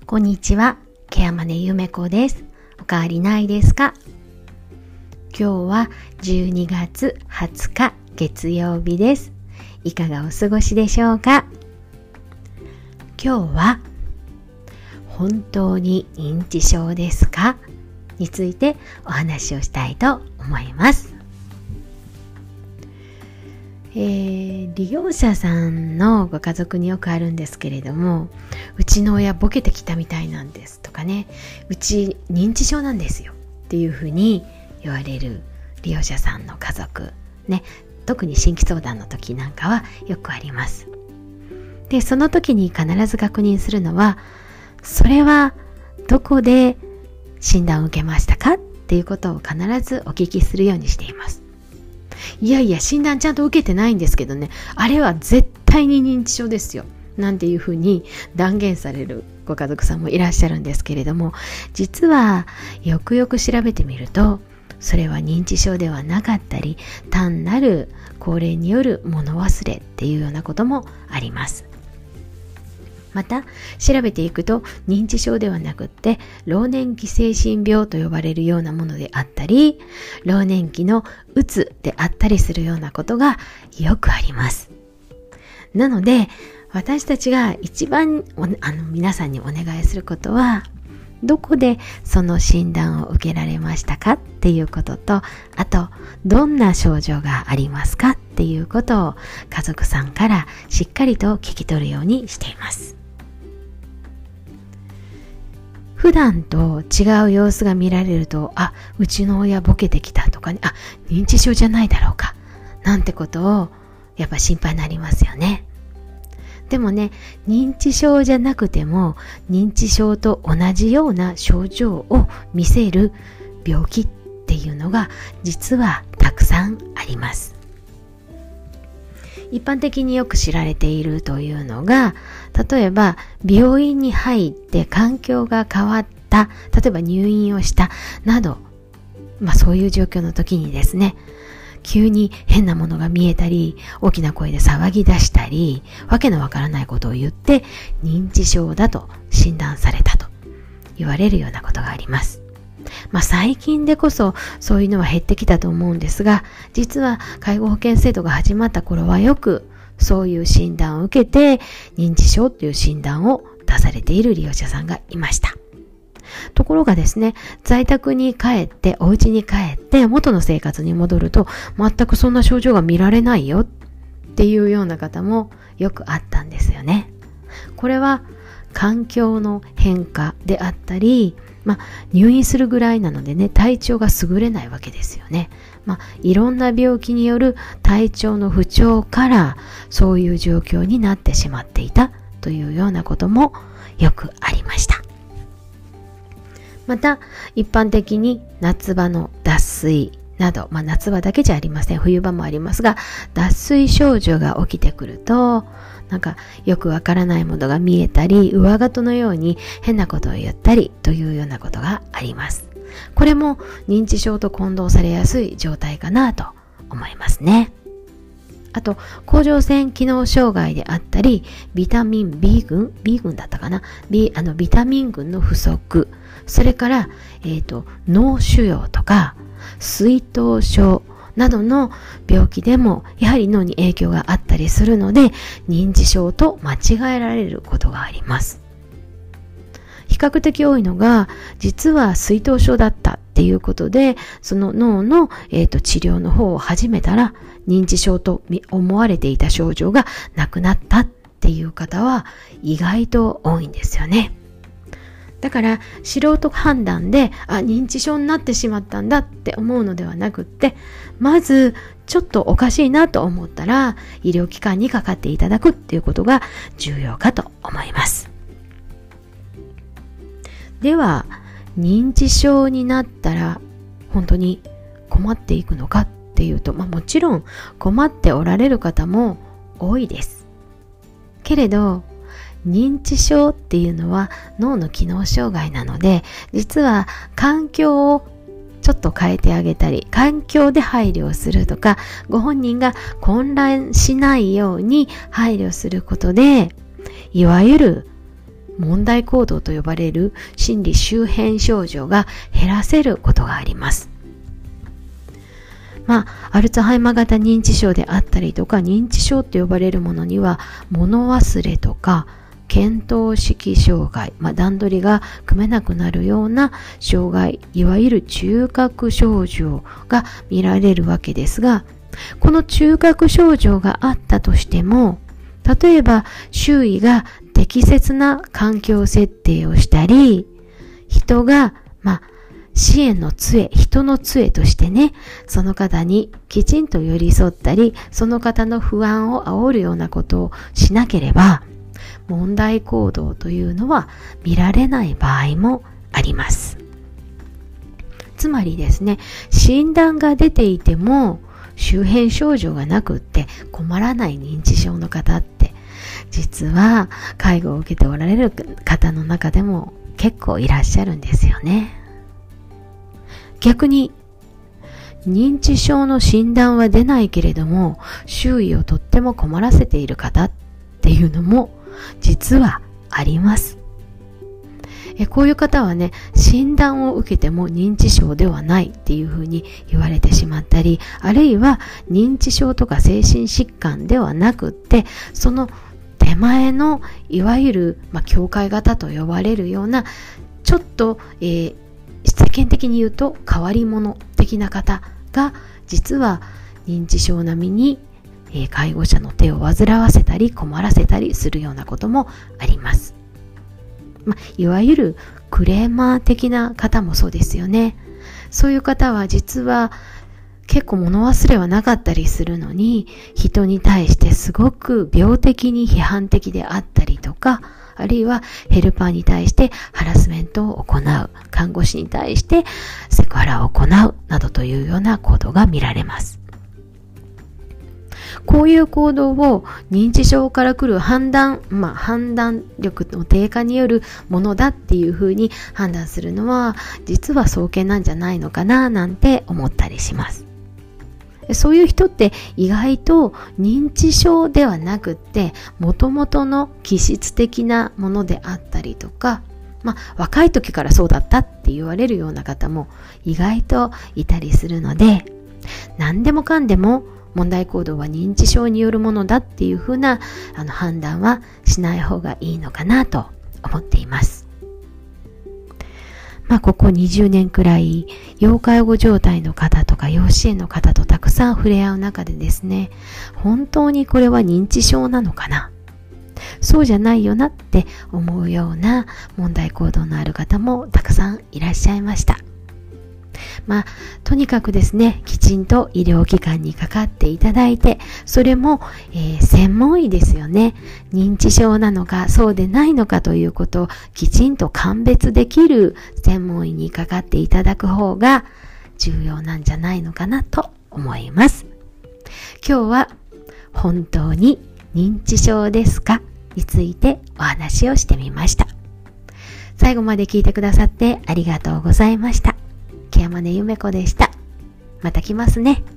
こんにちは、ケアマネゆめこです。おかわりないですか？今日は12月20日月曜日です。いかがお過ごしでしょうか？今日は本当に認知症ですか？についてお話をしたいと思います。利用者さんのご家族によくあるんですけれども、うちの親ボケてきたみたいなんですとかね、うち認知症なんですよっていうふうに言われる利用者さんの家族ね、特に新規相談の時なんかはよくあります。で、その時に必ず確認するのは、それはどこで診断を受けましたかっていうことを必ずお聞きするようにしています。いやいや、診断ちゃんと受けてないんですけどね、あれは絶対に認知症ですよなんていうふうに断言されるご家族さんもいらっしゃるんですけれども、実はよくよく調べてみると、それは認知症ではなかったり、単なる高齢による物忘れっていうようなこともあります。また調べていくと、認知症ではなくって老年期精神病と呼ばれるようなものであったり、老年期のうつであったりするようなことがよくあります。なので私たちが一番皆さんにお願いすることは、どこでその診断を受けられましたかっていうことと、あとどんな症状がありますかっていうことを家族さんからしっかりと聞き取るようにしています。普段と違う様子が見られると、うちの親ボケてきたとかね、認知症じゃないだろうかなんてことをやっぱ心配になりますよね。でもね、認知症じゃなくても認知症と同じような症状を見せる病気っていうのが実はたくさんあります。一般的によく知られているというのが、例えば病院に入って環境が変わった、例えば入院をしたなど、そういう状況の時にですね、急に変なものが見えたり、大きな声で騒ぎ出したり、わけのわからないことを言って認知症だと診断されたと言われるようなことがあります。最近でこそそういうのは減ってきたと思うんですが、実は介護保険制度が始まった頃はよくそういう診断を受けて認知症という診断を出されている利用者さんがいました。ところがですね、在宅に帰って、お家に帰って元の生活に戻ると、全くそんな症状が見られないよっていうような方もよくあったんですよね。これは環境の変化であったり、入院するぐらいなのでね、体調が優れないわけですよね。いろんな病気による体調の不調からそういう状況になってしまっていたというようなこともよくありました。また一般的に夏場の脱水など、夏場だけじゃありません、冬場もありますが、脱水症状が起きてくると、よくわからないものが見えたり、上顎のように変なことを言ったりというようなことがあります。これも認知症と混同されやすい状態かなと思いますね。あと、甲状腺機能障害であったり、ビタミン B 群だったかな、ビタミン群の不足、それから、脳腫瘍とか水頭症などの病気でもやはり脳に影響があったりするので、認知症と間違えられることがあります。比較的多いのが、実は水頭症だったっていうことで、その脳の、治療の方を始めたら、認知症と思われていた症状がなくなったっていう方は意外と多いんですよね。だから素人判断で認知症になってしまったんだって思うのではなくって、まずちょっとおかしいなと思ったら医療機関にかかっていただくっていうことが重要かと思います。では認知症になったら本当に困っていくのかっていうと、もちろん困っておられる方も多いです。けれど認知症っていうのは脳の機能障害なので、実は環境をちょっと変えてあげたり、環境で配慮をするとか、ご本人が混乱しないように配慮することで、いわゆる問題行動と呼ばれる心理周辺症状が減らせることがあります。アルツハイマー型認知症であったりとか、認知症と呼ばれるものには物忘れとか見当識障害、段取りが組めなくなるような障害、いわゆる中核症状が見られるわけですが、この中核症状があったとしても、例えば周囲が適切な環境設定をしたり、人が支援の杖、人の杖としてね、その方にきちんと寄り添ったり、その方の不安を煽るようなことをしなければ、問題行動というのは見られない場合もあります。つまりですね、診断が出ていても周辺症状がなくって困らない認知症の方って、実は介護を受けておられる方の中でも結構いらっしゃるんですよね。逆に認知症の診断は出ないけれども周囲をとっても困らせている方っていうのも実はあります。こういう方はね、診断を受けても認知症ではないっていうふうに言われてしまったり、あるいは認知症とか精神疾患ではなくって、その手前のいわゆる、境界型と呼ばれるようなちょっと、世間的に言うと変わり者的な方が実は認知症並みに介護者の手を煩わせたり困らせたりするようなこともあります。いわゆるクレーマー的な方もそうですよね。そういう方は実は結構物忘れはなかったりするのに、人に対してすごく病的に批判的であったりとか、あるいはヘルパーに対してハラスメントを行う、看護師に対してセクハラを行うなどというような行動が見られます。こういう行動を認知症から来る判断力の低下によるものだっていうふうに判断するのは実は早計なんじゃないのかななんて思ったりします。そういう人って意外と認知症ではなくって元々の気質的なものであったりとか、若い時からそうだったって言われるような方も意外といたりするので、何でもかんでも問題行動は認知症によるものだっていうふうな判断はしない方がいいのかなと思っています。ここ20年くらい要介護状態の方とか要支援の方とたくさん触れ合う中でですね、本当にこれは認知症なのかな、そうじゃないよなって思うような問題行動のある方もたくさんいらっしゃいました。とにかくですね、きちんと医療機関にかかっていただいて、それも、専門医ですよね。認知症なのかそうでないのかということをきちんと鑑別できる専門医にかかっていただく方が重要なんじゃないのかなと思います。今日は本当に認知症ですかについてお話をしてみました。最後まで聞いてくださってありがとうございました。ケアマネゆめこでした。また来ますね。